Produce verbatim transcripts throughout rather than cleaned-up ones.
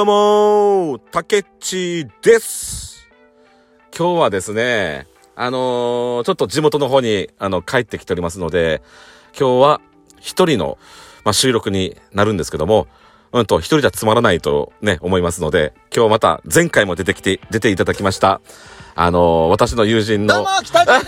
どうもたけっちです。今日はですね、あのー、ちょっと地元の方にあの帰ってきておりますので、今日は一人の、まあ、収録になるんですけども、うんと一人じゃつまらないとね思いますので、今日また前回も出てきて出ていただきましたあのー、私の友人のどうも北島です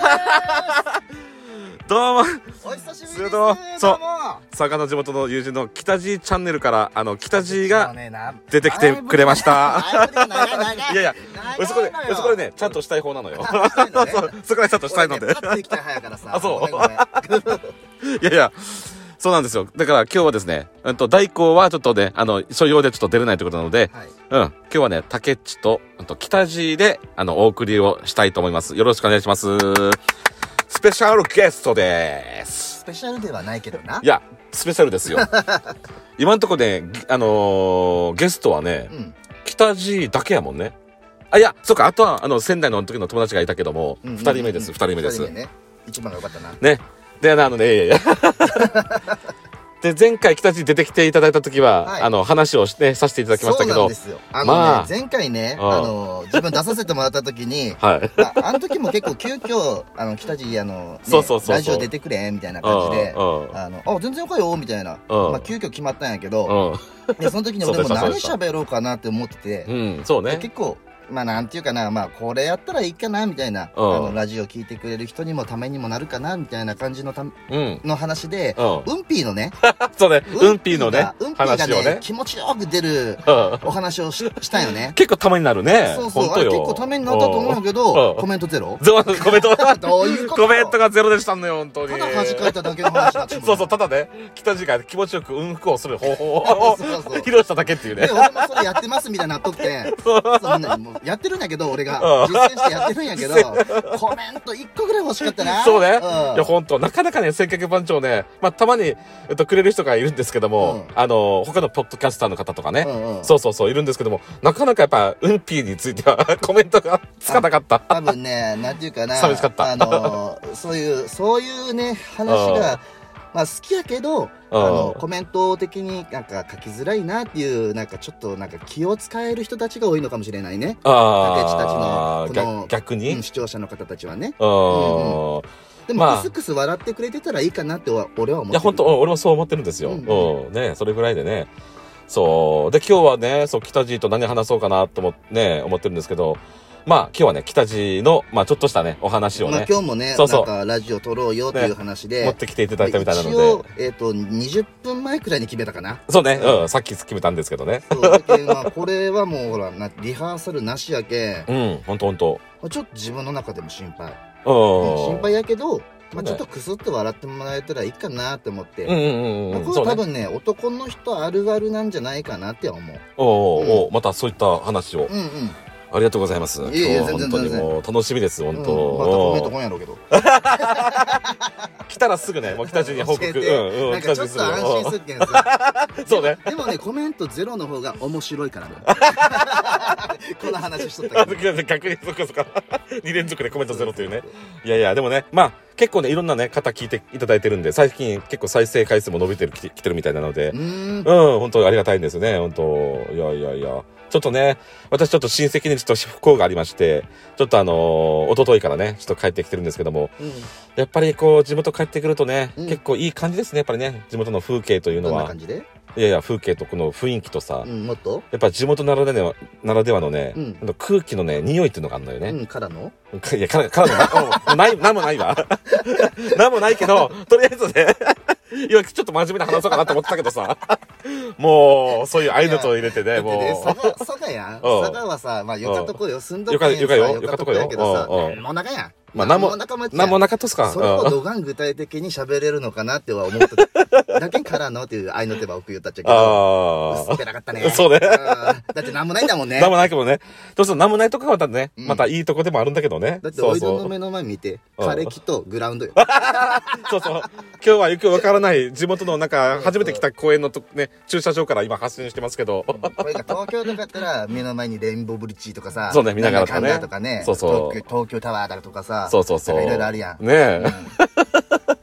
どうもお久しぶりです。 どうもそうどうも佐賀の地元の友人の北地チャンネルからあの北地が出てきてくれました。いやいやそこでそこでねちゃんとしたい方なのよ。そうそこでちゃんとしたいので。あそういやいやそうなんですよ。だから今日はですね、うんと代行はちょっとねあの所用でちょっと出れないということなので、はい、うん今日はねたけっちとうんと北地であのお送りをしたいと思います。よろしくお願いします。スペシャルゲストです。 スペシャルではないけどな。 いやスペシャルですよ。今のところねあのー、ゲストはね、うん、北地だけやもんね。あいやそうかあとはあの仙台の時の友達がいたけども二、うんうん、人目です二人目です。ふたりめね、 一番が良かったな。 ねであのねいやいやで前回北地出てきていただいた時は、はい、あの話をして、ね、させていただきましたけど、そうなんですよ。 あのね、まあ、前回ね、あの自分出させてもらった時に、はい、あ, あの時も結構急遽あの北地あの、ね、そうそうそうそうラジオ出てくれみたいな感じで、あのあ全然よかよみたいな、まあ急遽決まったんやけど、でその時に俺も何喋ろうかなって思ってて、うん、そうね。結構まあなんていうかな、まあこれやったらいいかなみたいな、あのラジオ聞いてくれる人にもためにもなるかなみたいな感じのた、うん、の話で、うんぴーのね、 そうね、うんぴーのね、 うんぴーがね気持ちよく出るお話を し, したんよね。 結構ためになるね。 そうそう、あれ結構ためになったと思うんやけど、コメントゼロ。 コメントどういうこと？ コメントがゼロでしたのよ本当に。 ただ恥かいただけの話だ。 そうそうただね、北地が気持ちよくうんふくをする方法を披露しただけっていうね。 で俺もそれやってますみたいになっとって、そんなもうやってるんだけど。俺が実践してやってるんやけど、コメントいっこぐらい欲しかったな。 そうね、うん、いや本当なかなかね接客番長ね、まあたまに、えっと、くれる人がいるんですけども、うん、あの他のポッドキャスターの方とかね、うんうん、そうそうそういるんですけども、なかなかやっぱうんぴーについてはコメントがつかなかった。 多分ねなんていうかな、 寂しかった。 あのそういうそういうね話がまあ好きやけど、あのコメント的になんか書きづらいなっていうなんかちょっとなんか気を使える人たちが多いのかもしれないね。 あ竹内たちのこの逆に、 うん、視聴者の方たちはね。 あ、うんうん、 でもクスクス笑ってくれてたらいいかなって俺は思ってる。 いや本当俺もそう思ってるんですよ。うん、うん、ねそれぐらいでね。そうで今日はねそう北地と何話そうかなと思ね思ってるんですけど。まあ今日はね北地のまあちょっとしたねお話をね、まあ、 今日もねそうそうなんかラジオ撮ろうよっていう話で、 ね、持ってきていただいたみたいなので、 一応えっ、ー、とにじゅっぷんまえくらいに決めたかな。 そうね、うん、さっき決めたんですけどね。 そうだけど、まあ、これはもうほらなリハーサルなしやけ、 うん本当本当ちょっと自分の中でも心配、 うん、 うん、心配やけど。まあちょっとクスッと笑ってもらえたらいいかなって思って、 うんうんうん、 これは多分ね男の人あるあるなんじゃないかなって思う。 おー、うん、またそういった話を、 うんうん、 ありがとうございます。 いやいや全然本当にもう楽しみです本当、 うん、またコメント来んやろうけど来たらすぐねもう北地に報告、 うんうん、なんかちょっと安心するけんさそうね。 でもねコメントゼロの方が面白いからねこの話しとったけど逆にそっかそっかに連続でコメントゼロっていうね。いやいやでもねまあ結構ねいろんなね方聞いていただいてるんで最近結構再生回数も伸びてるきてるみたいなのでうん本当ありがたいんですね本当。いやいやいやちょっとね私ちょっと親戚にちょっと不幸がありましてちょっとあのー、一昨日からねちょっと帰ってきてるんですけども、うん、やっぱりこう地元帰ってくるとね、うん、結構いい感じですねやっぱりね地元の風景というのは。 どんな感じで？ いやいや風景とこの雰囲気とさ、 うん、もっとやっぱ地元ならではならではのね、うん、空気のね匂いっていうのがあるのよね。 うん、からの？ いやからからのないなんもないわなんもないけどとりあえずね今ちょっと真面目な話そうかなと思ってたけどさもうそういう合いの手を入れてねもう佐賀佐賀やん佐賀はさまあよかとこよ住んどくけんさよかよよかとこやけどさもう中やんまあ、何も、何もなかったっすか。 それをどがん具体的に喋れるのかなっては思ってた。だけからのっていう愛の手は奥言ったっちゃけど、薄っぺらかったね。 そうね。 だって何もないんだもんね。 何もないけどね。どうする何もないとこがまたね、またいいとこでもあるんだけどね。 だっておいどんの目の前見て、枯れ木とグラウンドよ。 そうそう。今日はよくわからない地元のなんか初めて来た公園のとね、駐車場から今発信してますけど。 これが東京とかだったら目の前にレインボーブリッジとかさ、 そうね、見ながらとかね。 とかね。 そうそう。 東京タワーだとかさ、 そうそうそう。 いろいろあるやん。 ねえ。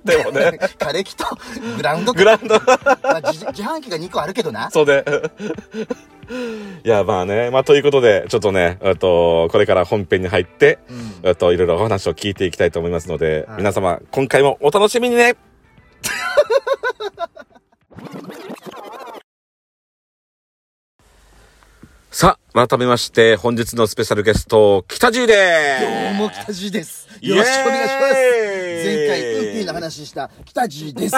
でもね。 枯れ木とグラウンドグラウンド。 まあ、自, 自販機がにこあるけどな。 そうね。いや、まあね。まあ、ということで、ちょっとね、えっと、これから本編に入って、うん、えっと、いろいろお話を聞いていきたいと思いますので、はい、皆様、今回もお楽しみにねさあ、改めまして、本日のスペシャルゲスト、北Gでーす。 どうも、北Gです。よろしくお願いします。前回、ウーピーの話した北Gです。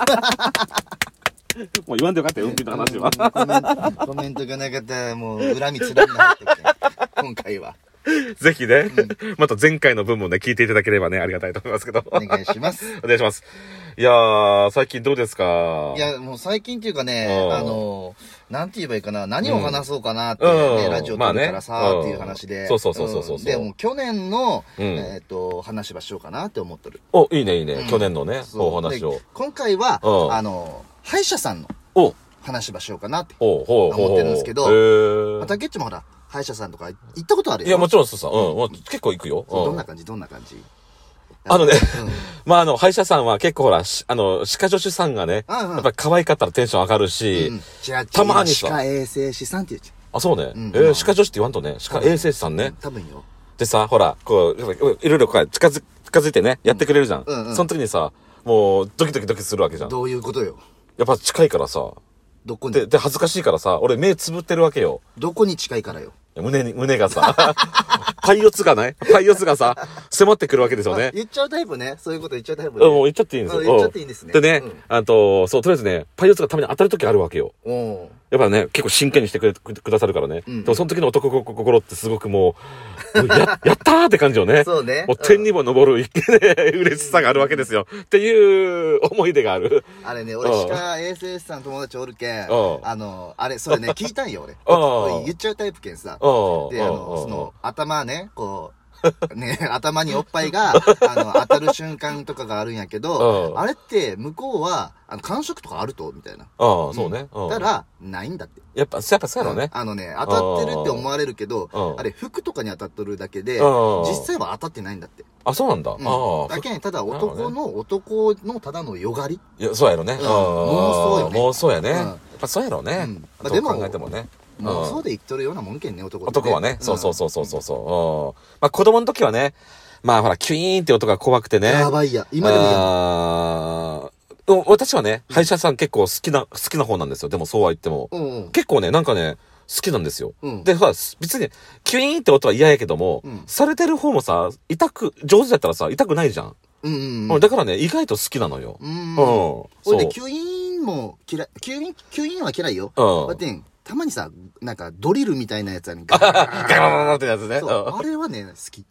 もう言わんでよかったよ、ウーピーの話は。 コメント、コメントがなかったら、もう、恨みつらみになってきて、今回は。 ぜひね、うん、また前回の分もね、聞いていただければね、ありがたいと思いますけど。 お願いします。 お願いします。いやー、最近どうですか？ いや、もう最近っていうかね、あの、なんて言えばいいかな、何を話そうかなってね、うん、ラジオ撮るからさ、まあね、っていう話で。 そうそうそうそうそう、うん。 で、もう去年の、うん、えっと、話はしようかなって思っとる。 お、いいね、いいね。うん、去年のね、お話を。 今回は、あの、歯医者さんの話はしようかなって思ってるんですけど、またゲッチもほら、歯医者さんとか行ったことあるよ。 いや、もちろんそうさ、うん、結構行くよ。 どんな感じどんな感じあのね、うん、まああの、歯医者さんは結構ほら、あの、歯科助手さんがね、うんうん、やっぱり可愛かったらテンション上がるし、うん、たまにさ。 歯科衛生士さんって言うじゃん。あ、そうね。うん、えー、歯科助手って言わんとね、歯科衛生士さんね。 多分よ。 でさ、ほら、こう、いろいろこう近づ、近づいてね、やってくれるじゃん。うんうんうん、その時にさ、もう、ドキドキドキするわけじゃん。 どういうことよ。 やっぱ近いからさ。 どこにで、で、恥ずかしいからさ、俺目つぶってるわけよ。 どこに近いからよ。 胸に、胸がさ、パイオツがないパイオツがさ、迫ってくるわけですよね。 言っちゃうタイプね。そういうこと言っちゃうタイプね。 もう言っちゃっていいんですよ。 言っちゃっていいんですね。 でね、うん、あと、そう、とりあえずね、パイオツがたまに当たる時あるわけよ。やっぱね、結構真剣にしてくれ、くださるからね。うん、でもその時の男心ってすごくもう、もうや、やったーって感じよね。 そうね。 もう天にも昇る一気ね、嬉しさがあるわけですよ。っていう思い出がある。 あれね、俺、歯科衛生士さん友達おるけん、あの、あれ、それね、聞いたんよ、俺。言っちゃうタイプけんさ。で、あの、その、頭ね、こう、ね、頭におっぱいが、あの、当たる瞬間とかがあるんやけど、あれって、向こうは、あの、感触とかあるとみたいな。 ああ、そうね。 だから、ないんだって。 やっぱ、やっぱそうやろね。 あのね、当たってるって思われるけど、あれ、服とかに当たっとるだけで、実際は当たってないんだって。 あ、そうなんだ。 だけに、ただ男の、男のただのよがり。 いや、そうやろね。 妄想よね。 妄想やね。やっぱそうやろね。でも、考えてもね。 もうそうで生きとるようなもんけんね、男って。 男はね。そうそうそうそうそうそう。まあ子供の時はね、まあほら、キュイーンって音が怖くてね。 やばいや。今でもや。 私はね、歯医者さん結構好きな、好きな方なんですよ。でもそうは言っても。結構ね、なんかね、好きなんですよ。で、ほら、別に、キュイーンって音は嫌やけども、されてる方もさ、痛く、上手だったらさ、痛くないじゃん。うんうん。だからね、意外と好きなのよ。うん。 ほいで、キュイーンも嫌い、キュイーン、キュイーンは嫌いよ。うん。だって、たまにさ、なんかドリルみたいなやつあるんか。 ガラガラってやつね。 あれはね、好き。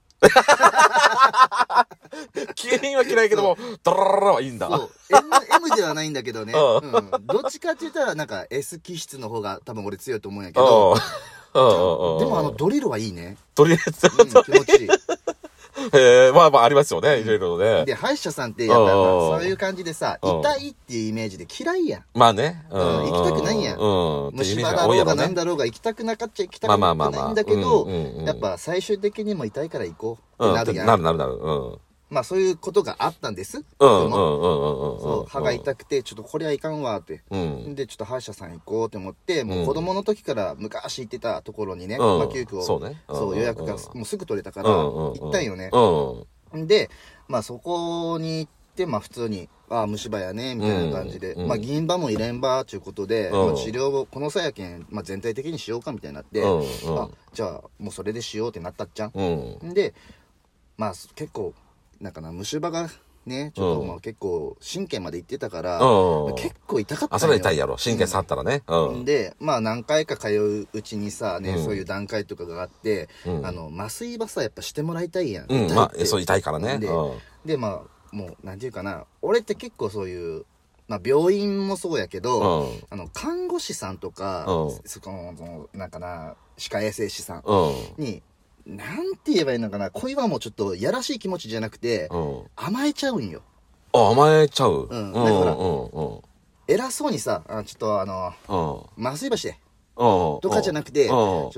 キュイーンは嫌いけども、ドラララはいいんだ。そう。 M、M ではないんだけどね。うん。どっちかって言ったら、なんか S 気質の方が多分俺強いと思うんやけど。でもあのドリルはいいね。 ドリル、うん、 気持ちいい。 へえ、まあまあありますよね、いろいろね。 で、歯医者さんってやっぱそういう感じでさ、痛いっていうイメージで嫌いやん。 まあね。 うん、行きたくないやん。うん。虫歯だろうがなんだろうが行きたくなかっちゃ行きたくないんだけど、やっぱ最終的にも痛いから行こうってなるやん。 なるなるなる。うん。 まあそういうことがあったんです。うんうんうんうん。そう、歯が痛くて、ちょっとこれはいかんわって。うん。で、ちょっと歯医者さん行こうって思って、もう子供の時から昔行ってたところにね、まあ急遽、そうね。そう、予約がもうすぐ取れたから、行ったんよね。うん。で、まあそこに行って、まあ普通に、ああ、虫歯やね、みたいな感じで、まあ銀歯も入れんば、ちゅうことで、まあ治療を、この際やけん、まあ全体的にしようかみたいになって、あ、じゃあもうそれでしようってなったっちゃん。んで、まあ結構、なんかな、虫歯がね、ちょっとまあ結構神経まで行ってたから、結構痛かったんよ。 あ、それ痛いやろ。神経触ったらね。 で、まあ何回か通ううちにさ、ね、そういう段階とかがあって、あの、麻酔はさ、やっぱしてもらいたいやん。 うん、まあ、そう痛いからね。 で、まあ、もう、なんていうかな、俺って結構そういう、まあ病院もそうやけど、あの、看護師さんとか、その、なんかな、歯科衛生士さんに、なんて言えばいいのかな、恋はもうちょっとやらしい気持ちじゃなくて、うん、甘えちゃうんよ。 あ、甘えちゃう。 うん。だから、うんうん、偉そうにさ、あちょっとあの、うん、麻酔箸で、とかじゃなくて、ちょ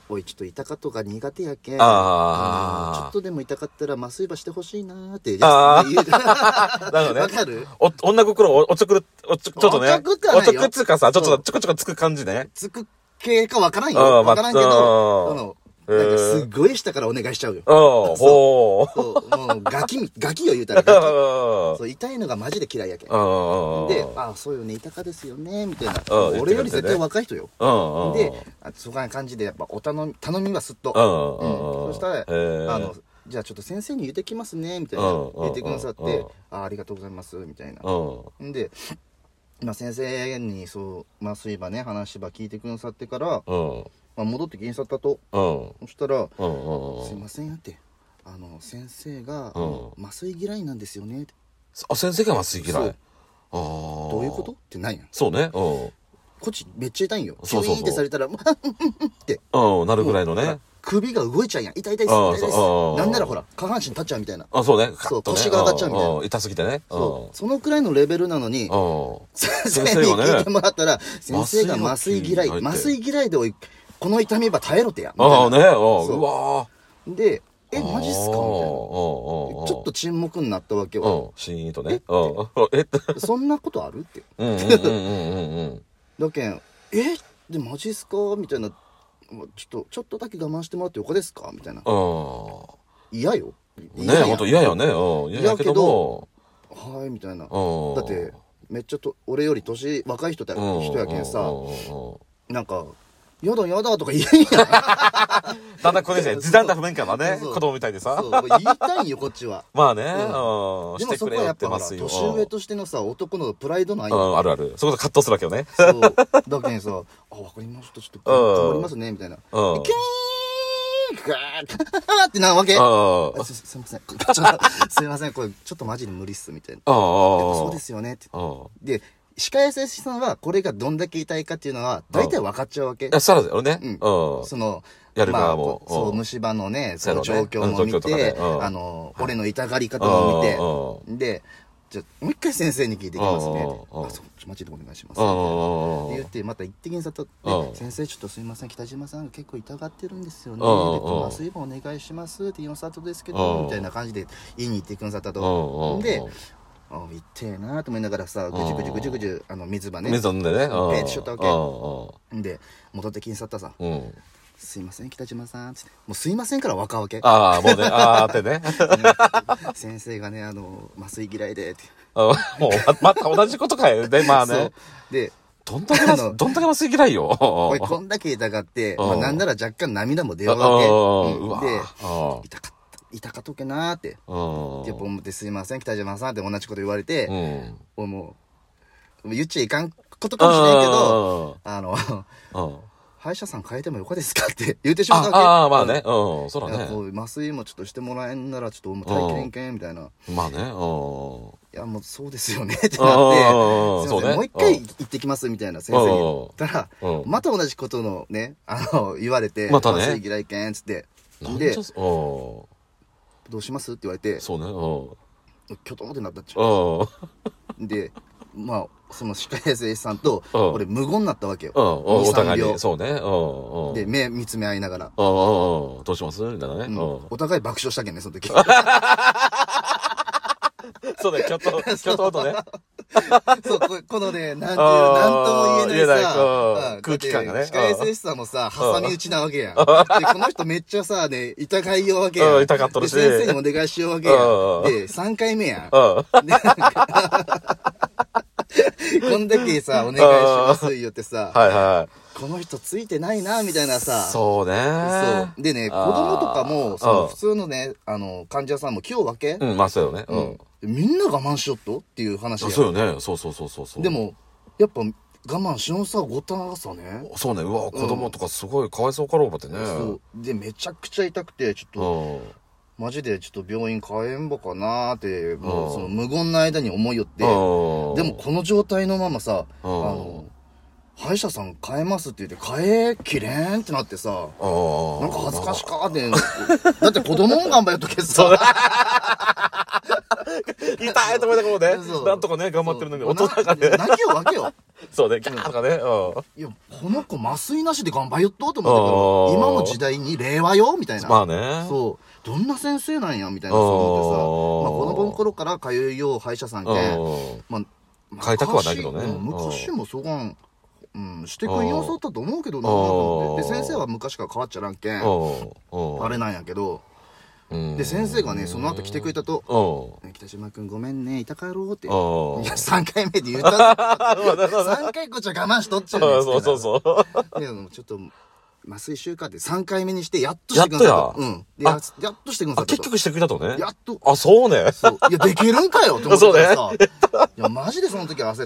おいちょっと痛かとか苦手やけん、あちょっとでも痛かったら麻酔ばしてほしいなーって言う。ああ。なるほどね。わかる？ お、女心お、おちょくる、おちょ、ちょっとね。おちょくってはないよ。おちょくっつうかさ、ちょっとちょこちょこつく感じね。 つく系かわからんよ。わからんけど、あの、なんかすごい下からお願いしちゃうよ。ああ、ほう。そう、もうガキ、ガキを言うたらガキ。そう、痛いのがマジで嫌いやけん。で、ああ、そうよね、痛かですよね、みたいな。俺より絶対若い人よ。で、そんな感じでやっぱお頼み、頼みはすっと。そしたら、あの、じゃあちょっと先生に言ってきますね、みたいな。言ってくださって、あありがとうございます、みたいな。で、まあ先生にそう、まあそういえばね、話ば聞いてくださってから、まあ、戻ってきんさったと、うん、そしたら、うん、すいませんって、あの先生が、うん、麻酔嫌いなんですよねって。 あ、先生が麻酔嫌い。ああ、どういうことってないやん。 そうね、うん、 こっちめっちゃ痛いんよ。そうそうそうってされたらもうってうんなるぐらいのね。 首が動いちゃうやん。痛い痛いです痛いです。なんならほら下半身立っちゃうみたいな。 あ、そうね。 そう、腰が上がっちゃうみたいな。 痛すぎてね。 そう、そのくらいのレベルなのに先生に聞いてもらったら、先生が麻酔嫌い麻酔嫌いでおいこの痛みば耐えろてや。 ああね、うわで、え、マジっすかみたいな。ちょっと沈黙になったわけよ。 シーンとね。 えそんなことあるって。だけん、えで、マジっすかみたいな。ちょっと、ちょっとだけ我慢してもらってよかですかみたいな。嫌よ。 ねえ、ほんと嫌よね。嫌やけど、 はい、みたいな。だって、めっちゃと、俺より年若い人やけんさ、なんか、やだやだとか言えんやん。 だんだんこれね、時短な不面からね、子供みたいでさ。 言いたいんよ、こっちは。 まあね、うん。 でもそこはやっぱ、年上としてのさ、男のプライドないよ。 あるある。そこで葛藤するわけよね。 そう。だけんさ、あ、わかりました、ちょっと、頑張りますね、みたいな。キーンガーってなわけ。す、すいません。すいません、これ、ちょっとマジで無理っす、みたいな。そうですよね、って。で、歯科衛生士さんはこれがどんだけ痛いかっていうのは大体分かっちゃうわけ。 いや、そうだよね。 うん。その、やる側も。そう、虫歯のね、その状況も見て、あの、俺の痛がり方も見て、で、じゃもう一回先生に聞いてきますね。あ、そう、マジでお願いします。って言って、また一滴にさと、先生ちょっとすいません、北島さんが結構痛がってるんですよね。麻酔もお願いしますって言いさとですけど、みたいな感じで言いに行ってくださったと。で、ああ、痛えなと思いながらさ、ぐじゅぐじゅぐじゅぐじゅ、あの、水場ね。 水飲んでね。 ペーってしょったわけ。で、戻ってきんさったさ。すいません、北島さん。つって。もうすいませんから若かわけ。 ああ、もうね、ああってね。 先生がね、あの、麻酔嫌いで、って。 もう、また同じことかよ。で、まあね。 で、 どんだけ、どんだけ麻酔嫌いよ。 俺、こんだけ痛がって、まあ、なんなら若干涙も出るわけ。で、痛かった。痛かとけなーって。って思ってすいません、北島さんって同じこと言われて、俺もう、言っちゃいかんことかもしれんけど、あの、歯医者さん変えてもよかですかって言うてしまったわけ。 ああ、まあね。うん、そうだね。 麻酔もちょっとしてもらえんなら、ちょっと体験けん、みたいな。 まあね。いや、もうそうですよね、ってなって、すいません、もう一回行ってきます、みたいな先生に言ったら、また同じことのね、あの、言われて、麻酔嫌いけん、つって。で、どうしますって言われて、 そうね、 うん。キョトンってなったっちゃう。で、まあ、その歯科衛生士さんと、俺無言になったわけよ。 お互いに。そうね。 で、目見つめ合いながら。 どうしますみたいなね。 お互い爆笑したけんね、その時。 そうだよ、キョトン、キョトンとね。 そう、このね、なんていう、なんとも言えないさ、 空気感がね。 歯科衛生士さんもさ、挟み撃ちなわけやん。で、この人めっちゃさ、ね、痛がいようわけやん。 痛がっとるし。 先生にお願いしようわけやん。で、さんかいめやん。こんだけさ、お願いします言ってさ、 はいはい。 この人ついてないな、みたいなさ。 そうね。 そう。でね、子供とかも、その普通のね、あの、患者さんも気を分け。 うん、まあそうよね。うん。 みんな我慢しよっとっていう話や。 そうよね。そうそうそうそう。 でも、やっぱ、我慢しのさ、ごたなさね。 そうね。うわ、子供とかすごいかわいそうかろうばってね。 そう。で、めちゃくちゃ痛くて、ちょっと、マジでちょっと病院変えんぼかなーって、もうその無言の間に思いよって、でもこの状態のままさ、あの、 歯医者さん変えますって言って変えきれんってなってさ、なんか恥ずかしかーって、だって子供も頑張るとけさ。 痛いと思いながらね、なんとかね、頑張ってるのに、大人がね。 泣きよ、わけよ。 そうね、キャーとかね。 いや、この子麻酔なしで頑張よっとと思ったけど、今の時代に令和よみたいな。 まあね。 そう。どんな先生なんやみたいな、そう思ってさ、まあ、子供の頃から通うよう歯医者さんけん、まあ、 変えたくはないけどね。 昔もそがん、うん、してくんよそうだったと思うけどな。で、先生は昔から変わっちゃらんけん、あれなんやけど、で、先生がね、その後来てくれたと、北島くんごめんね、いた帰ろうって。いや、さんかいめで言った。さんかいこっちは我慢しとっちゃうね。 そうそうそう。 で、ちょっと、麻酔週間ってさんかいめにして、やっとしてくんだと。うん。やっとしてくんだと。 結局してくれたとね。 やっと。 あ、そうね。 いや、できるんかよって思ってたらさ。いや、マジでその時焦って、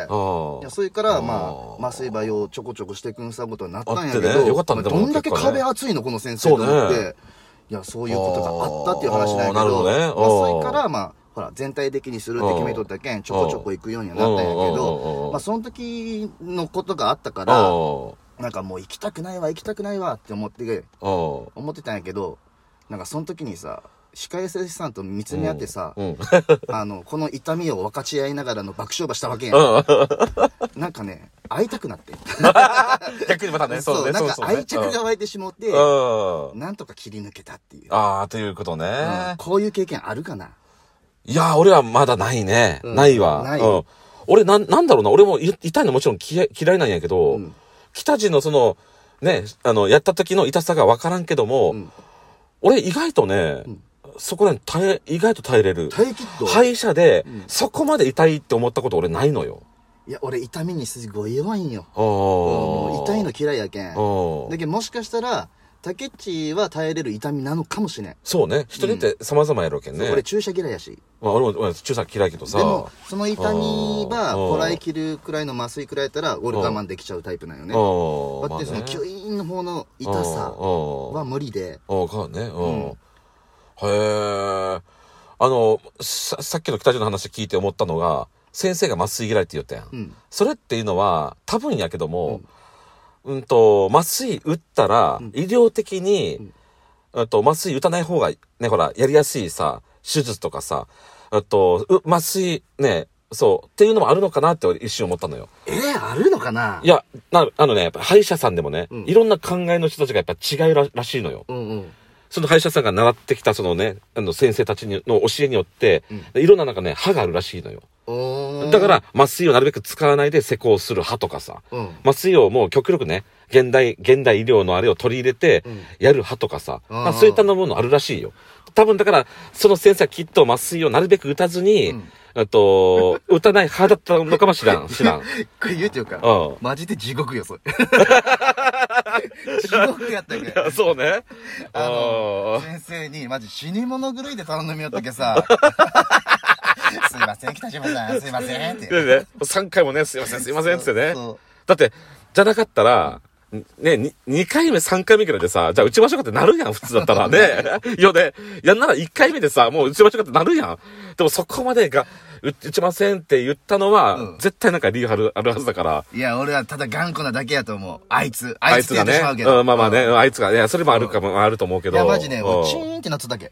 いや、それから、まあ、麻酔場用ちょこちょこしてくんさことになったんやけど、 よかったね、 どんだけ壁厚いの、この先生と思って。いや、そういうことがあったっていう話なんやけど、 なるほどね。 まあ、それから、まあ、ほら、全体的にするって決めとったけん、ちょこちょこ行くようにはなったんやけど、まあ、その時のことがあったから、なんかもう行きたくないわ、行きたくないわって思って、思ってたんやけど、なんかその時にさ、歯科衛生士さんと見つめ合ってさ、あの、この痛みを分かち合いながらの爆笑場したわけやん。なんかね、会いたくなって。 逆にまたね、 そうね。なんか愛着が湧いてしもって、なんとか切り抜けたっていう。 ああ、ということね。 こういう経験あるかな？ いやー、俺はまだないね。ないわ。ない。俺、なん、なんだろうな。俺も痛いのもちろん嫌いなんやけど、北地のその、ね、あの、やった時の痛さがわからんけども、俺意外とね、そこで耐え、意外と耐えれる。 耐えきっと歯医者で、そこまで痛いって思ったこと俺ないのよ。 いや、俺痛みにすごい弱いんよ。もう痛いの嫌いやけん。だけどもしかしたら、竹内は耐えれる痛みなのかもしれん。 そうね。人によって様々やろうけんね。 俺注射嫌いやし。 まあ、俺も注射嫌いけどさ。 でも、その痛みは、こらえきるくらいの麻酔くらいやったら、俺我慢できちゃうタイプなんよね。だってその吸引の方の痛さは無理で。 ああ、かね。うん。へえ。あの、さ、さっきの北地の話聞いて思ったのが、先生が麻酔嫌いって言ったやん。うん、それっていうのは、多分やけども、うん、うんと、麻酔打ったら、うん、医療的に、うん、うんと、麻酔打たない方が、ね、ほら、やりやすいさ、手術とかさ、あと、麻酔、ね、そう、っていうのもあるのかなって一瞬思ったのよ。 えー、あるのかないや、な、あのね、やっぱ歯医者さんでもね、うん、いろんな考えの人たちがやっぱ違い ら, らしいのよ。うんうん、その歯医者さんが習ってきたそのね、あの先生たちの教えによって、うん、いろんななんかね、歯があるらしいのよ。だから、麻酔をなるべく使わないで施工する歯とかさ、うん、麻酔をもう極力ね、現代、現代医療のあれを取り入れて、やる歯とかさ、うん、まあそういったものあるらしいよ。多分だから、その先生はきっと麻酔をなるべく打たずに、うんあと、打たない歯だったのかもしらん、知らん。 これ言うてよか。うん。マジで地獄よ、それ。地獄やったっけ。 そうね。 あの、先生に、マジ死に物狂いで頼んでみよったけさ。すいません、北島さん、すいませんって。 でね、さんかいもね、すいません、すいませんってね。だって、じゃなかったら、ね、にかいめ、さんかいめぐらいでさ、じゃあ打ちましょうかってなるやん、普通だったらね。いやね、やんならいっかいめでさ、もう打ちましょうかってなるやん。でもそこまでが、打ちませんって言ったのは、うん、絶対なんか理由ある、あるはずだから。 いや、俺はただ頑固なだけやと思う。あいつ。あいつがね。 うん、まあまあね、あいつが、いや、それもあるかも、あると思うけど。 いや、マジね、チーンってなっつだけ。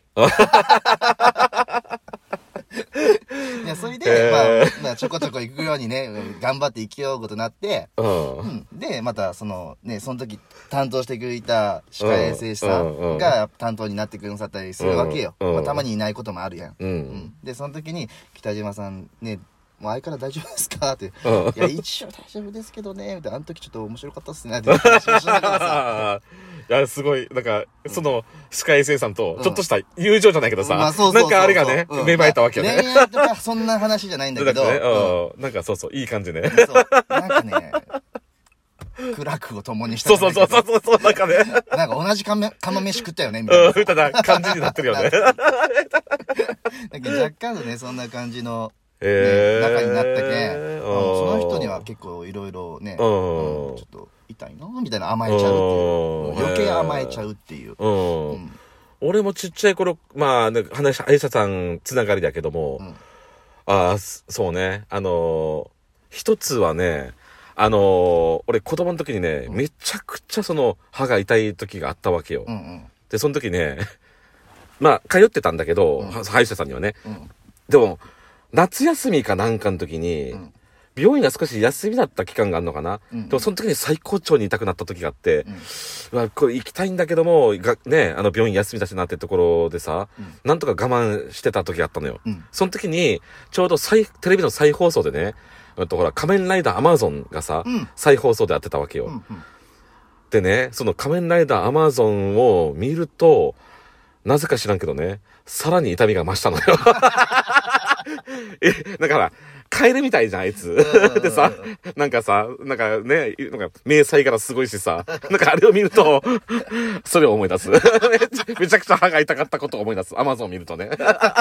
いや、それで、えー、まあ、まあ、ちょこちょこ行くようにね、頑張って生きようことになって、うん、うん。で、また、その、ね、その時担当してくれた歯科衛生士さんが担当になってくださったりするわけよ。うん、まあ、たまにいないこともあるやん。うん。うん、で、その時に、北島さんね、もう相から大丈夫ですかって。うん、いや、一応大丈夫ですけどね。みたいな。あの時ちょっと面白かったっすね。って話をしながらさ。 いや、すごい、なんか、その、歯科衛生さんと、ちょっとした友情じゃないけどさ、なんかあれがね、芽生えたわけよね。 恋愛とか、そんな話じゃないんだけど。 なんかそうそう、いい感じね。 そう。なんかね、苦楽を共にした。 そうそうそうそうそう、なんかね。 なんか同じかめ、釜飯食ったよね、みたいな。 うん、みたいな感じになってるよね。 だけど若干のね、そんな感じの、えー、ね、中になったけん、その人には結構いろいろね、うん、ちょっと痛いなみたいな甘えちゃうっていう、余計甘えちゃうっていう。うんうん、俺もちっちゃい頃、まあ、ね、話、歯医者さんつながりだけども、うん、ああ、そうね、あのー、一つはね、 あのー、俺子供の時にね、うん、めちゃくちゃその歯が痛い時があったわけよ。うんうん、で、その時ね、まあ、通ってたんだけど、うん、歯医者さんにはね。うん、でも、夏休みかなんかの時に、うん、病院が少し休みだった期間があるのかな、うん、でもその時に最高潮に痛くなった時があって、うん、うわ、これ行きたいんだけども、がね、あの病院休みだしなってところでさ、うん、なんとか我慢してた時があったのよ。うん、その時に、ちょうど再テレビの再放送でね、あとほら、仮面ライダーアマゾンがさ、うん、再放送でやってたわけよ。うんうん、でね、その仮面ライダーアマゾンを見ると、なぜか知らんけどね、さらに痛みが増したのよ。え、だから、カエルみたいじゃん、あいつ。でさ、なんかさ、なんかね、なんか、迷彩柄すごいしさ、なんかあれを見ると、それを思い出す。めちゃ、めちゃくちゃ歯が痛かったことを思い出す。アマゾン見るとね。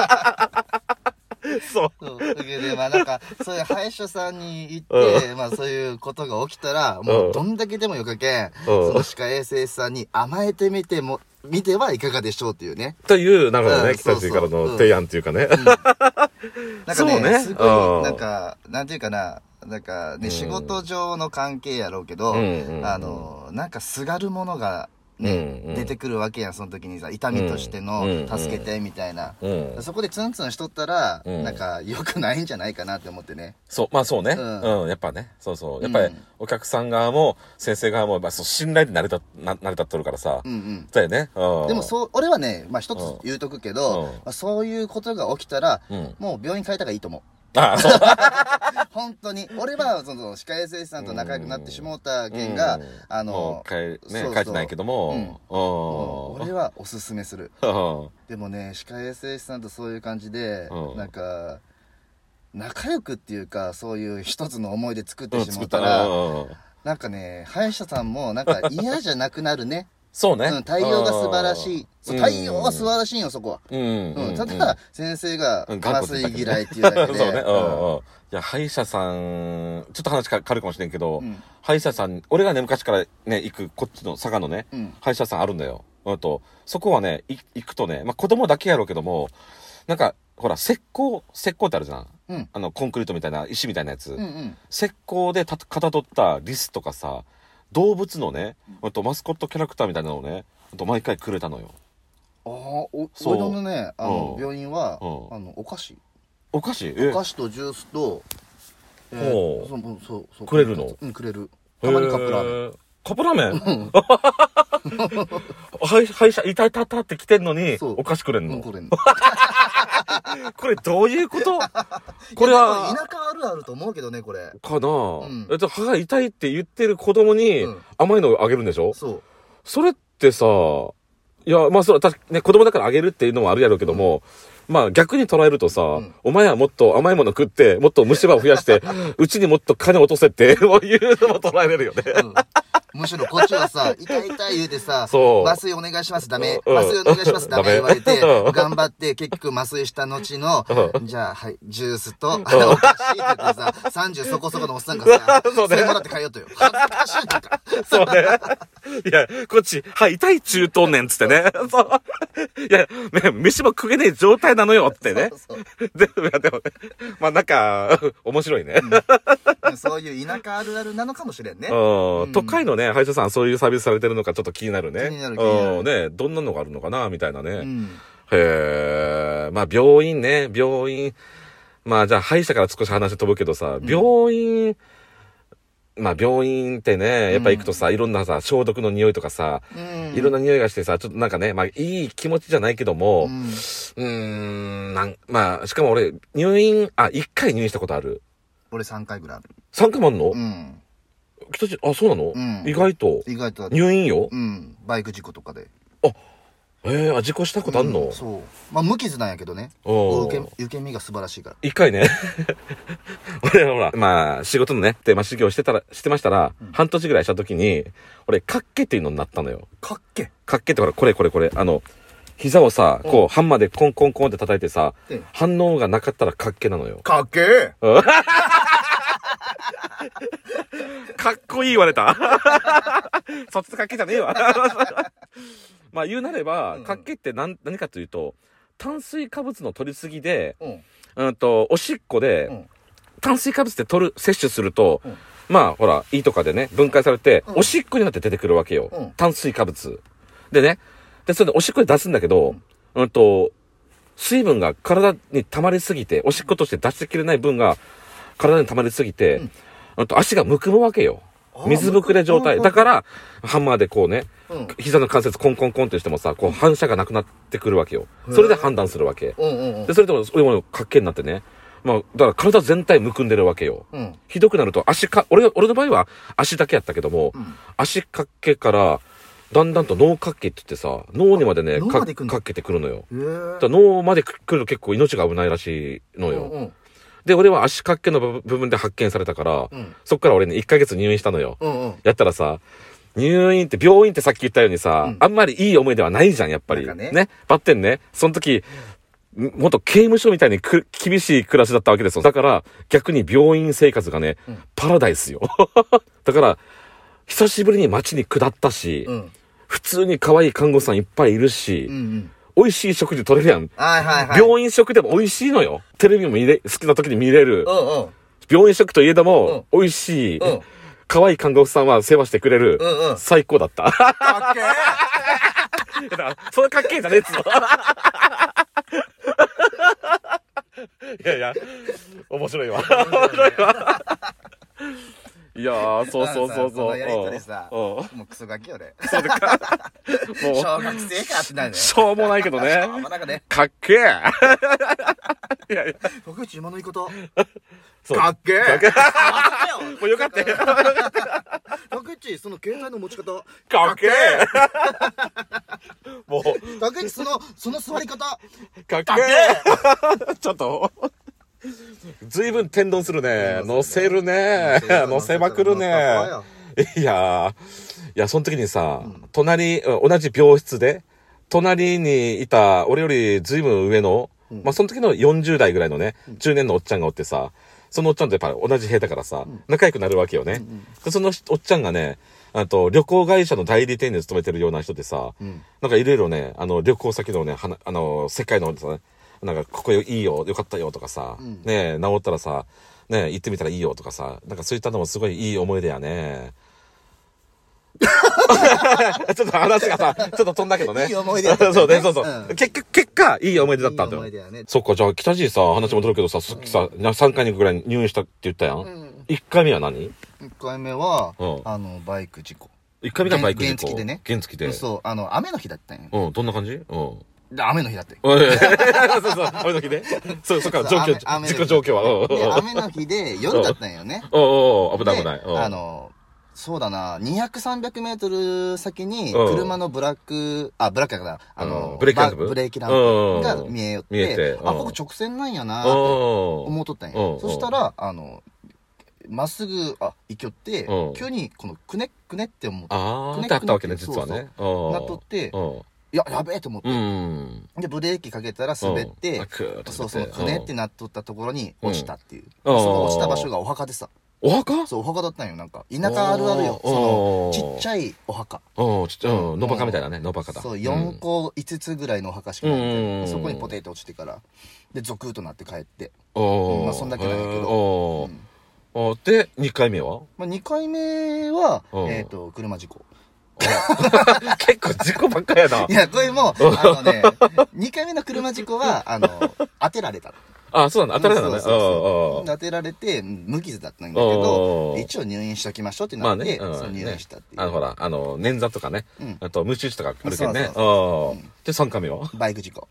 そう。 そう。だけど、まあなんか、そういう歯医者さんに行って、うん、まあそういうことが起きたら、もうどんだけでもよかけん、うん、その歯科衛生士さんに甘えてみても、見てはいかがでしょうっていうね。 という、なるほどね、うん、北地からの提案っていうかね。うん、なんかね、そうね、すごい、なんか、なんていうかな、なんかね、うん、仕事上の関係やろうけど、うんうんうん、あの、なんかすがるものが、ね、うんうん、出てくるわけやん、その時にさ、痛みとしての、助けて、みたいな、うんうん。そこでツンツンしとったら、うん、なんか、良くないんじゃないかなって思ってね。 そう、まあそうね。うん、うん、やっぱね、そうそう。やっぱり、お客さん側も、先生側も、まあ、そう信頼で成り立な、成り立っとるからさ。うんうん。だよね。うん。 でも、そう、俺はね、まあ一つ言うとくけど、うんまあ、そういうことが起きたら、うん、もう病院変えた方がいいと思う。ああ、そう。本当に。俺は、その、歯科衛生士さんと仲良くなってしもうた件が、あの、 もう変え、ね、変えてないけども、うん、 もう俺はおすすめする。でもね、歯科衛生士さんとそういう感じで、なんか、仲良くっていうか、そういう一つの思い出作ってしもうたら、なんかね、歯医者さんも、なんか嫌じゃなくなるね。 そうね。 うん、対応が素晴らしい。そう、対応は素晴らしいよ、そこは。うん。うん。ただ、先生が、麻酔嫌いっていうだけで。 そうね。うん。いや、歯医者さん、ちょっと話変わるかもしれんけど、歯医者さん、俺がね、昔からね、行く、こっちの佐賀のね、歯医者さんあるんだよ。うんと、そこはね、行くとね、まあ、子供だけやろうけども、なんか、ほら、石膏、石膏ってあるじゃん。うん。あの、コンクリートみたいな、石みたいなやつ。うんうん。石膏でた、かたどったリスとかさ、動物のね、あとマスコットキャラクターみたいなのをね、あと毎回くれたのよ。 ああ、お、俺のね、あの、病院は、あの、お菓子。 お菓子お菓子とジュースと、 えー、そう、そう、そう。くれるの？ うん、くれる。たまにカップラーメン。 カップラーメン？歯医者、いたいたたって来てんのに、お菓子くれんの？うん、くれんの。これどういうこと？これは。 田舎あるあると思うけどね、これ。 かなぁ。うん、えっと、歯が痛いって言ってる子供に甘いのをあげるんでしょ？そう。それってさ、いや、まあ、それは確かね、子供だからあげるっていうのもあるやろうけども、うん、まあ逆に捉えるとさ、うん、お前はもっと甘いもの食って、もっと虫歯を増やして、うちにもっと金を落とせって、そういうのも捉えれるよね。うんむしろこっちはさ、痛い痛い言うてさ、麻酔お願いします、ダメ。麻酔お願いします、ダメ言われて、頑張って結局麻酔した後の、じゃあ、はい、ジュースと、お菓子って言ってさ、さんじゅうそこそこのおっさんがさ、それもらって帰ようとよ。恥ずかしいなんか。 そうね。いや、こっち、はい、痛い中東年つってね。そう。いや、ね、飯も食えねえ状態なのよってね。全部やってもね。まあなんか、面白いね。 そういう田舎あるあるなのかもしれんね。 都会のね、歯医者さんそういうサービスされてるのかちょっと気になるね。気になる気になる。ね、どんなのがあるのかなみたいなね。うん、へえ。まあ病院ね、病院。まあじゃあ歯医者から少し話飛ぶけどさ、うん、病院、まあ病院ってね、やっぱ行くとさ、うん、いろんなさ、消毒の匂いとかさ、うん、いろんな匂いがしてさ、ちょっとなんかね、まあいい気持ちじゃないけども、うん、うーん、なんまあ、しかも俺、入院、あ、いっかい入院したことある。 俺さんかいぐらいある。 さんかいもあんの？うん。北地、あ、そうなの？うん。意外と。 意外と。 入院よ？ うん。バイク事故とかで。 あ、ええー、あ、事故したことあんの？うん、 そう。まあ、無傷なんやけどね。受け、受け身が素晴らしいから。 一回ね。俺、ほら、まあ、仕事のね、テーマ修行してたら、してましたら、うん、半年ぐらいした時に、俺、かっけっていうのになったのよ。 かっけかっけってほら、これこれこれ、あの、膝をさ、こう、ハンマーでコンコンコンって叩いてさ、反応がなかったらかっけなのよ。 かっけーかっこいい言われた。そっちかっけじゃねえわ。まあ言うなれば、うん、かっけって何、何かというと、炭水化物の取りすぎで、うん、うんと、おしっこで、うん、炭水化物って取る、摂取すると、うん、 まあ、ほら、胃とかでね、分解されて、おしっこになって出てくるわけよ。炭水化物。でね、で、それでおしっこで出すんだけど、うんと、水分が体に溜まりすぎて、おしっことして出してきれない分が体に溜まりすぎて、うんと足がむくむわけよ。水ぶくれ状態。だから、ハンマーでこうね、うん、膝の関節コンコンコンってしてもさ、こう反射がなくなってくるわけよ。それで判断するわけ。うんうんうん、で、それでも、それもかっけになってね。まあ、だから体全体むくんでるわけよ。うん、ひどくなると足か、俺、俺の場合は足だけやったけども、うん、足かけから、だんだんと脳かっけって言ってさ、脳にまでね、かっけてくるのよ。だ脳まで来ると結構命が危ないらしいのよ。うんうん、で、俺は足かっけの部分で発見されたから、うん、そっから俺ね、いっかげつ入院したのよ。うんうん、やったらさ、入院って、病院ってさっき言ったようにさ、うん、あんまりいい思い出はないじゃん、やっぱり。ね。ね。バッテンね、その時、もっと刑務所みたいにく厳しい暮らしだったわけですよ。だから、逆に病院生活がね、うん、パラダイスよ。だから、久しぶりに街に下ったし、うん、普通に可愛い看護師さんいっぱいいるし、うんうん、美味しい食事取れるやん。はいはいはい、病院食でも美味しいのよ。テレビも見れ、好きな時に見れる。うんうん、病院食といえども、うん、美味しい。うん、可愛い看護師さんは世話してくれる。うんうん、最高だった。かっけーだからそのかっけーじゃねえっつの。いやいや、面白いわ。面白いわ。いやー、そうそうそうそう。そのやりとりさ、もうクソガキよね。そうでか。もう。小学生かってなるね。 しょうもないけどね。しょうもなくね。かっけー。いやいや。 僕うち今の言い方。かっけー。かっけー。もうよかったよ。 竹内、その携帯の持ち方。 かっけー。もう。 竹内、その、その座り方。かっけー。ちょっと。ずいぶん天丼するね。乗せるね。乗せまくるね。いやー。いや、その時にさ、うん、隣、同じ病室で、隣にいた、俺よりずいぶん上の、うん、まあ、その時のよんじゅう代ぐらいのね、中年のおっちゃんがおってさ、そのおっちゃんとやっぱり同じ部屋だからさ、うん、仲良くなるわけよね。うんうん、そのおっちゃんがね、あと、旅行会社の代理店に勤めてるような人でさ、うん、なんかいろいろね、あの、旅行先のね、はなあの、世界のさ、ね、なんか、ここいいよ、よかったよとかさ、うん、ねえ、治ったらさ、ねえ、行ってみたらいいよとかさ、なんかそういったのもすごいいい思い出やね。ちょっと話がさ、ちょっと飛んだけどね。 いい思い出だった、ね。 そうね、そうそう。うん、結局、結果、いい思い出だったんだよ。いい思い出やね。そっか、じゃあ、北地さ、話戻るけどさ、さっきさ、さんかいにぐらい入院したって言ったやん。うん、いっかいめは何 ?いっ回目は、うん、あの、バイク事故。 いっかいめがバイク事故。 原付きでね。 原付きで。 そう、あの、雨の日だったんよ。 うん、どんな感じうん。 雨の日だって。 そうそう、雨の日で。そう、そっか、状況、事故状況は。雨の日で夜だったんよね。 おお危ない危ない。 あの、そうだな、にひゃく、さんびゃくメートル先に、車のブラック、あ、ブラックだから、あの、 ブレーキランプブレーキランプが見えよって、あ、ここ直線なんやなって思うとったんや。そしたら、あの、まっすぐ、あ、行きよって、急に、この、くねくねって思って。 あーってあったわけね、実はね。 なっとって、いや、やべえと思って。うん、で、ブレーキかけたら滑って、そう、そのくねってなっとったところに落ちたっていう。うん、その落ちた場所がお墓でさ。 お墓そう、お墓だったんよ。なんか、田舎あるあるよ。その、ちっちゃいお墓。 うん、ちっちゃい、うん、野墓みたいなね、野墓だ。 そう、よんこ、いつつぐらいのお墓しかないんで、そこにポテト落ちてから、で、ゾクーとなって帰って。うん、まあ、そんだけなんやけど。 で、にかいめはまあ、にかいめは、えっと、車事故。 結構事故ばっかやな。 いや、これも、あのね、にかいめの車事故は、あの、当てられた。 あ、そうなんだ。当てられたね。 当てられて、無傷だったんだけど、一応入院しときましょうってなって、その入院したっていう。 あの、ほら、あの、捻挫とかね。あと、無手術とかあるけどね。で、さんかいめはバイク事故。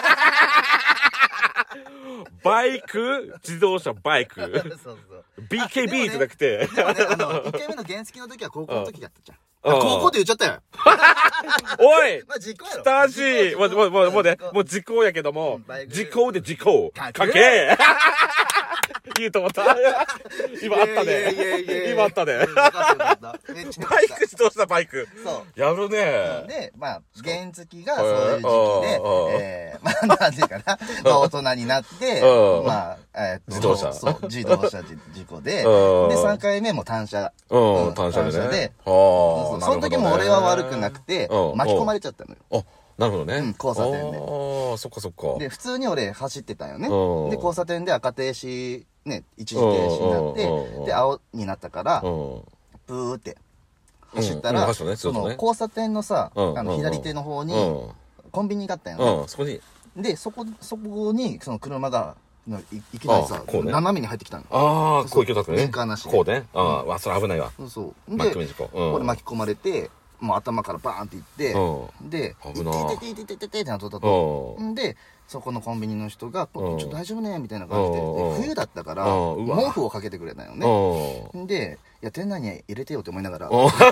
バイク自動車バイクそうそう。ビーケービー じゃなくて。 でもね、あの、いっかいめの原付の時は高校の時だったじゃん。高校って言っちゃったよ。 おいまあ、時効やろ。 北地もう、もう、もう、もうね、もう時効やけども、時効で時効。かけ言うと思った。今あったね。今あったね。バイク自動車バイク。そう。やるね。 で、まあ、原付がそういう時期で、えー、まあ、なんていうかな、まあ、大人になって、まあ、えっと、 自動車。 そう、自動車事故で、で、さんかいめも単車。 うん、単車でね。 その時も俺は悪くなくて、巻き込まれちゃったのよ。 あ、 なるほどね。 うん、交差点で。 ああ、そっかそっか。 で、普通に俺走ってたんよね。で、交差点で赤停止、ね、一時停止になって、で、青になったから、ブーって走ったら、その交差点のさ、あの、左手の方に、コンビニがあったんよね。 そこに。 で、そこ、そこに、その車が、いきなりさ、斜めに入ってきたの。 ああ、こういうことね。 メーカーなし。 こうね。ああ、それ危ないわ。 そうそう。で、これ巻き込まれて、もう頭からバーンっていって、で、 危ない。 てててててててってなっとったと。で、そこのコンビニの人が、ちょっと大丈夫ねみたいな感じで、冬だったから、毛布をかけてくれたよね。で、いや、店内に入れてよって思いながら、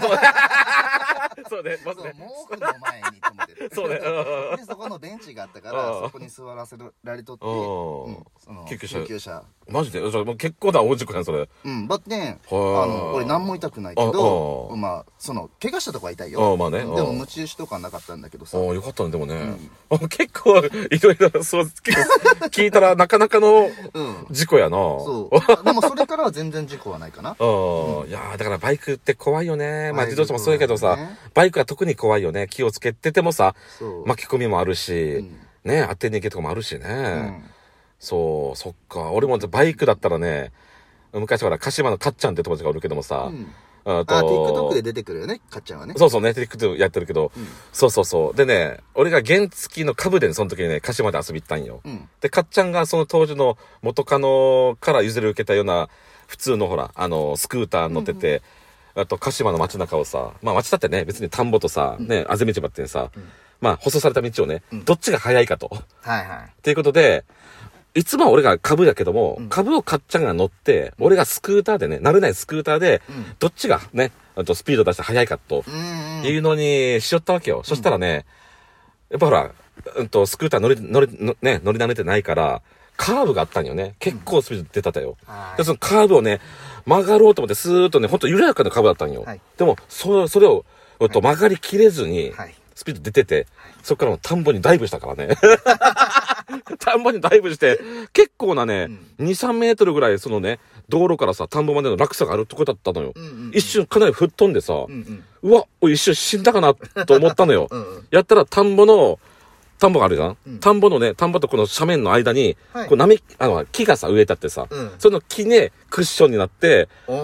そうね、まずね。毛布の前にと思って。そうね。で、そこのベンチがあったから、そこに座らせられとって、救急車。 マジでもう結構な大事故やん、それ。 うん、だってね、あの、俺何も痛くないけど、まあ、その、怪我したとこは痛いよ。まあね。でも、ムチ打ちとかなかったんだけどさ。 ああ、よかったね、でもね。結構、いろいろ、そう、聞いたらなかなかの事故やな。 そう。でも、それからは全然事故はないかな。 うん。いやだからバイクって怖いよね。まあ、自動車もそうやけどさ、バイクは特に怖いよね。気をつけててもさ、巻き込みもあるし、ね、当て逃げとかもあるしね。そう、そっか。俺もバイクだったらね、昔ほら、鹿島のかっちゃんって友達がおるけどもさ、 あ、TikTok で出てくるよね、かっちゃんはね。 そうそうね、TikTok やってるけど、そうそうそう。でね、俺が原付の株でね、その時にね、鹿島で遊び行ったんよ。で、かっちゃんがその当時の元カノから譲り受けたような、普通のほら、あの、スクーター乗ってて、あと、鹿島の街中をさ、まあ街だってね、別に田んぼとさ、ね、あぜ道ばってさ、まあ、舗装された道をね、どっちが速いかと。 はいはい。 っていうことで、いつもは俺が株だけども、うん、株をかっちゃんが乗って、俺がスクーターでね、慣れないスクーターで、うん、どっちがね、あとスピード出して速いかと、いうのにしよったわけよ。うん、そしたらね、やっぱほら、うんと、スクーター乗り、乗り、ね、乗り慣れてないから、カーブがあったんよね。結構スピード出たたよ。うん、で、そのカーブをね、曲がろうと思って、スーッとね、ほんと緩やかなカーブだったんよ。はい、でも、そ、それを、えっと、曲がりきれずに、はいスピード出てて、そっからもう田んぼにダイブしたからね。田んぼにダイブして、結構なね、うん、に、さんメートルぐらいそのね、道路からさ、田んぼまでの落差があるとこだったのよ。うんうんうん、一瞬かなり吹っ飛んでさ、うんうん、うわ、一瞬死んだかなと思ったのよ。うんうん、やったら田んぼの、田んぼがあるじゃん、うん、田んぼのね、田んぼとこの斜面の間に、はい、こう波、あの、木がさ、植えたってさ、うん、その木ね、クッションになって、うん、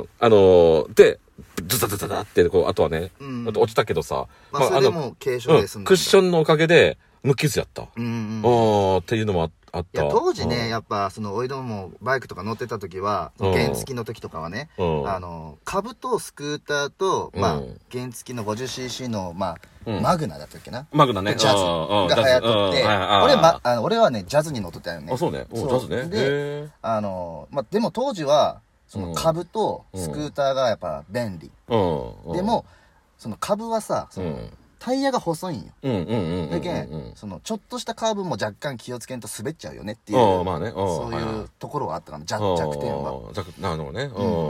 あのー、で、ズタズタズタって、こう、あとはね、うん、あと落ちたけどさ、 まあ、それでも軽傷です、 うん、クッションのおかげで、無傷やった。うん、うん。っていうのもあった。 いや、当時ね、やっぱ、その、おいどもバイクとか乗ってた時は、原付の時とかはね、あの、株とスクーターと、まあ、原付の ごじゅっシーシー の、まあ、マグナだったっけな。 マグナね。 ジャズが流行っとって、俺、ま、あの、俺はね、ジャズに乗っとったよね。 あ、そうね。ジャズね。 で、あの、まあ、でも当時は、その株とスクーターがやっぱ便利。でも、その株はさ、そのタイヤが細いんよ。だけん、そのちょっとしたカーブも若干気をつけんと滑っちゃうよねっていう、そういうところはあったかな、弱点は。 なるほどね。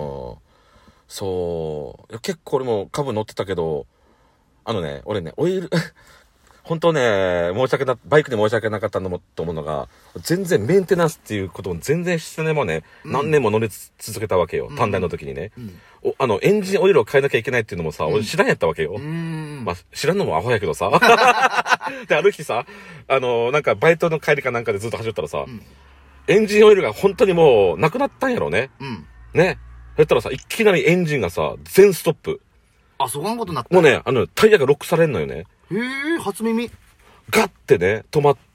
そう。結構俺も株乗ってたけど、あのね、俺ね、オイル、本当ね、申し訳な、バイクで申し訳なかったのも、と思うのが、全然メンテナンスっていうことを全然してねもね、うん、何年も乗り続けたわけよ。短大の時にね、うん、お。あの、エンジンオイルを変えなきゃいけないっていうのもさ、うん、俺知らんやったわけよ。まあ、知らんのもアホやけどさ。で、ある日さ、あの、なんかバイトの帰りかなんかでずっと走ったらさ、うん、エンジンオイルが本当にもうなくなったんやろね。うん、ね。そしたらさ、いきなりエンジンがさ、全ストップ。 あ、そこんことなった。 もうね、あの、タイヤがロックされんのよね。 へえ、初耳。 ガッてね、止まって、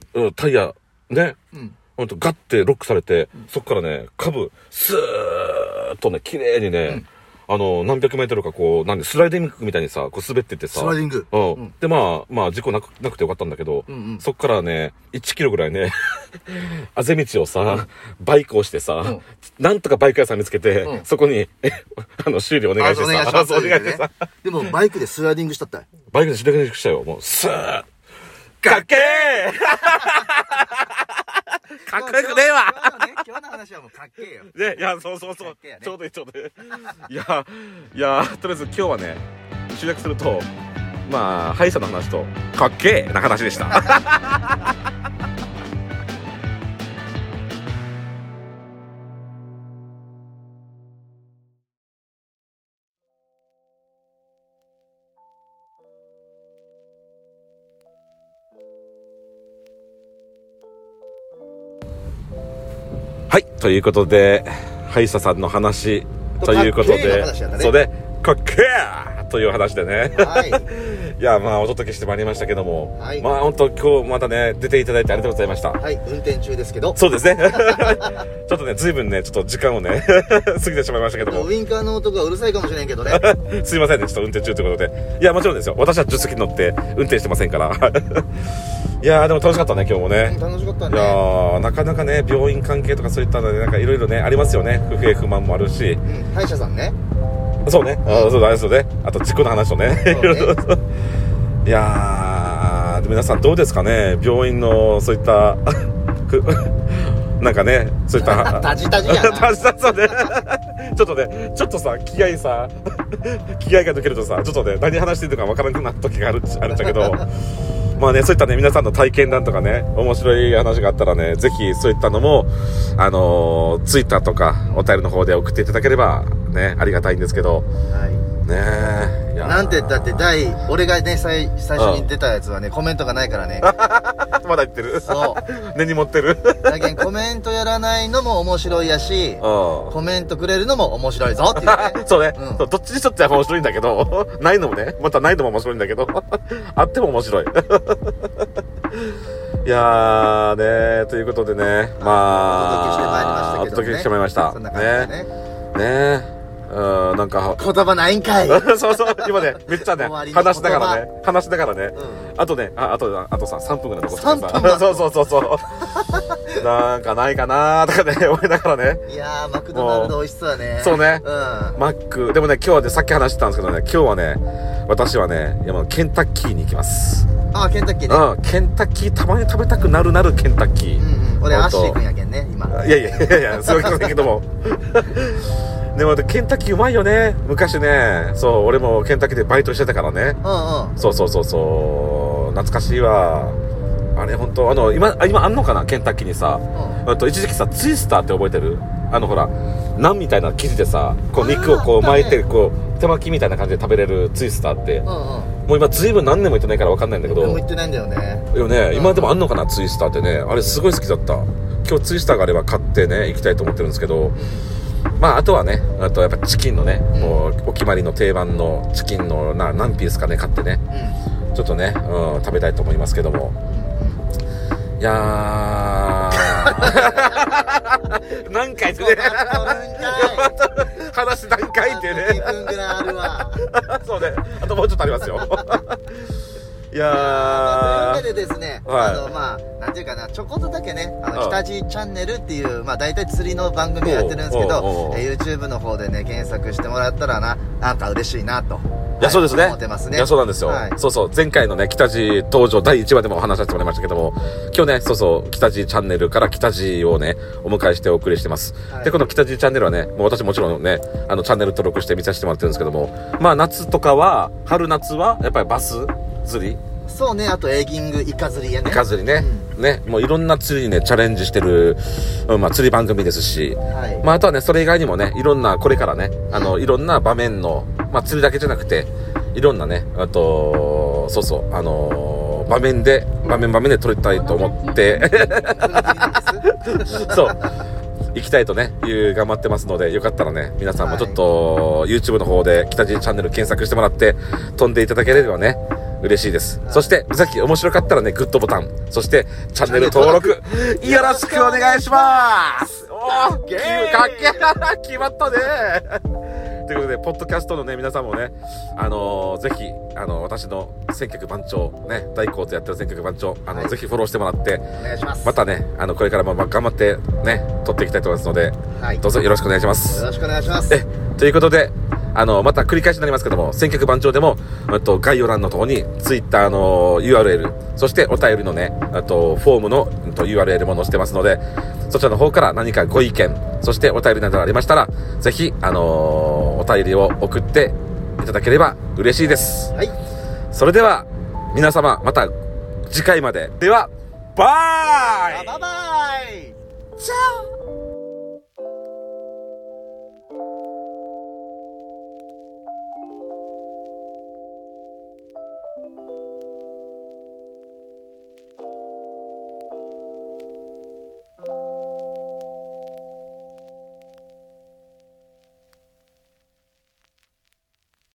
え、タイヤ、ね、うん、ほんとガッてロックされて、うん、そっからね、株、スーッとね、綺麗にね、うん、あの、何百メートルかこう、なんで、スライディングみたいにさ、こう滑ってってさ。 スライディング。 うん。うん、で、まあ、まあ、事故なく、なくてよかったんだけど、うんうん、そっからね、いちキロぐらいね、あぜ道をさ、うん、バイクをしてさ、うん、なんとかバイク屋さん見つけて、うん、そこに、え、あの、修理お願いしてさ、お願いします。お願いしてさ。 でも、バイクでスライディングしたったい。 バイクでスライディングしたよ。もう、スーッかっけーかっこよくねえわ今日の話はもうかっけえよ。 ね、いや、そうそうそう。ちょうどいい、ちょうどいい。いや、いや、とりあえず今日はね、集約すると、まあ、歯医者の話と、かっけえな話でした。 はい、ということで歯医者さんの話ということで、ね、そうでかっけーという話でね、はい、いやまあお届けしてまいりましたけども、はい、まあ本当今日またね出ていただいてありがとうございました。 はい、運転中ですけど。 そうですねちょっとね随分ねちょっと時間をね過ぎてしまいましたけども、 ウインカーの音がうるさいかもしれんけどねすいませんね、ちょっと運転中ということで。いやもちろんですよ、私は助手席に乗って運転してませんからいやーでも楽しかったね今日もね。 楽しかったね。 いやーなかなかね病院関係とかそういったのでなんかいろいろねありますよね。不平不満もあるし、うん、 歯医者さんね。 そうね、うん、あそうだそうね、あと事故の話とね、ねいやー皆さんどうですかね、病院のそういったなんかねそういったタジタジやなタジタジそうねちょっとねちょっとさ気合さ気合が抜けるとさちょっとね何話してるのか分からなくなった時があるあるんだけどまあねそういったね皆さんの体験談とかね面白い話があったらねぜひそういったのもあのー、ツイッターとかお便りの方で送っていただければねありがたいんですけど、はい、ねえなんて言ったって第俺がね最最初に出たやつはねコメントがないからねまだ言ってる。そう根に持ってるだけどコメントやらないのも面白いやしコメントくれるのも面白いぞっていうねそうね、うん、そうどっちにしとっては面白いんだけどないのもねまたないのも面白いんだけどあっても面白いいやーねということでねまあお届けしてまいりましたけどね。そんな感じでね。ねねうんなんか言葉ないんかいそうそう今ねめっちゃね話しながらね話しながらね、うん、あとねああとあとささんぷんぐらい残ってさそうそうそうそうなんかないかなーとかね思いながらね。 いやーマクドナルド美味しそうだね。 そうね、うん、マックでもね今日はねさっき話してたんですけどね今日はね私はねいやもうケンタッキーに行きます。 ああケンタッキーね。 うんケンタッキーたまに食べたくなるなるケンタッキー。 うんうん俺アッシー君やけんね今。 いやいやいやいやそういうことだけどもでもケンタッキーうまいよね。昔ねそう俺もケンタッキーでバイトしてたからね。 うんうんそうそうそうそう懐かしいわあれ本当あの今今あんのかなケンタッキーにさ、うん、あと一時期さツイスターって覚えてる？あのほらナンみたいな生地でさこう肉をこう巻いてこう手巻きみたいな感じで食べれるツイスターって、うんうん、もう今ずいぶん何年も行ってないから分かんないんだけど。 もう行ってないんだよね。 よね、うん、今でもあんのかなツイスターってね。あれすごい好きだった。今日ツイスターがあれば買ってね行きたいと思ってるんですけど、まああとはねあとやっぱチキンのね、うん、もうお決まりの定番のチキンのな何ピースかね買ってね、うん、ちょっとね、うん、食べたいと思いますけども、いやー何回ってね話何回ってねにふんぐらいあるわそうねあともうちょっとありますよいやー、 まあ、というわけでですね、はい、あのまあなんていうかなちょこっとだけねあの北地チャンネルっていうまあ大体釣りの番組をやってるんですけど、えー、YouTube の方でね検索してもらったらななんか嬉しいなと。 いやそうですね。 思ってますね。 いやそうなんですよ。はい、そうそう前回のね北地登場だいいちわでもお話しさせてもらいましたけども、今日ねそうそう北地チャンネルから北地をねお迎えしてお送りしてます。はい、でこの北地チャンネルはねもう私もちろんねあのチャンネル登録して見させてもらってるんですけども、まあ夏とかは春夏はやっぱりバス釣り。 そうね、あとエーギングイカ釣りやね。 イカ釣りね、うん、ねもういろんな釣りにねチャレンジしてる、うんまあ、釣り番組ですし、はいまあ、あとはねそれ以外にもねいろんなこれからねあのいろんな場面の、まあ、釣りだけじゃなくていろんなねあとそうそうあのー、場面で場面場面で撮りたいと思ってそう行きたいとねいう頑張ってますのでよかったらね皆さんもちょっと、はい、YouTube の方で北地チャンネル検索してもらって飛んでいただければね嬉しいです。そしてさっき面白かったらねグッドボタンそしてチャンネル登録よろしくお願いします。おーかっけー決まったねということでポッドキャストのね皆さんもねあのー、ぜひあの私の選曲番長ね大好とやってる選曲番長あの、はい、ぜひフォローしてもらってお願いします。 またねあのこれからも頑張ってね撮っていきたいと思いますので、はい、どうぞよろしくお願いします。 よろしくお願いします。 えということであのまた繰り返しになりますけども選曲番長でもと概要欄のところに Twitter の ユーアールエル そしてお便りのねあとフォームの ユーアールエル も載せてますのでそちらの方から何かご意見そしてお便りなどありましたらぜひ、あのー、お便りを送っていただければ嬉しいです、はい、それでは皆様また次回までではバイバイバイチャオ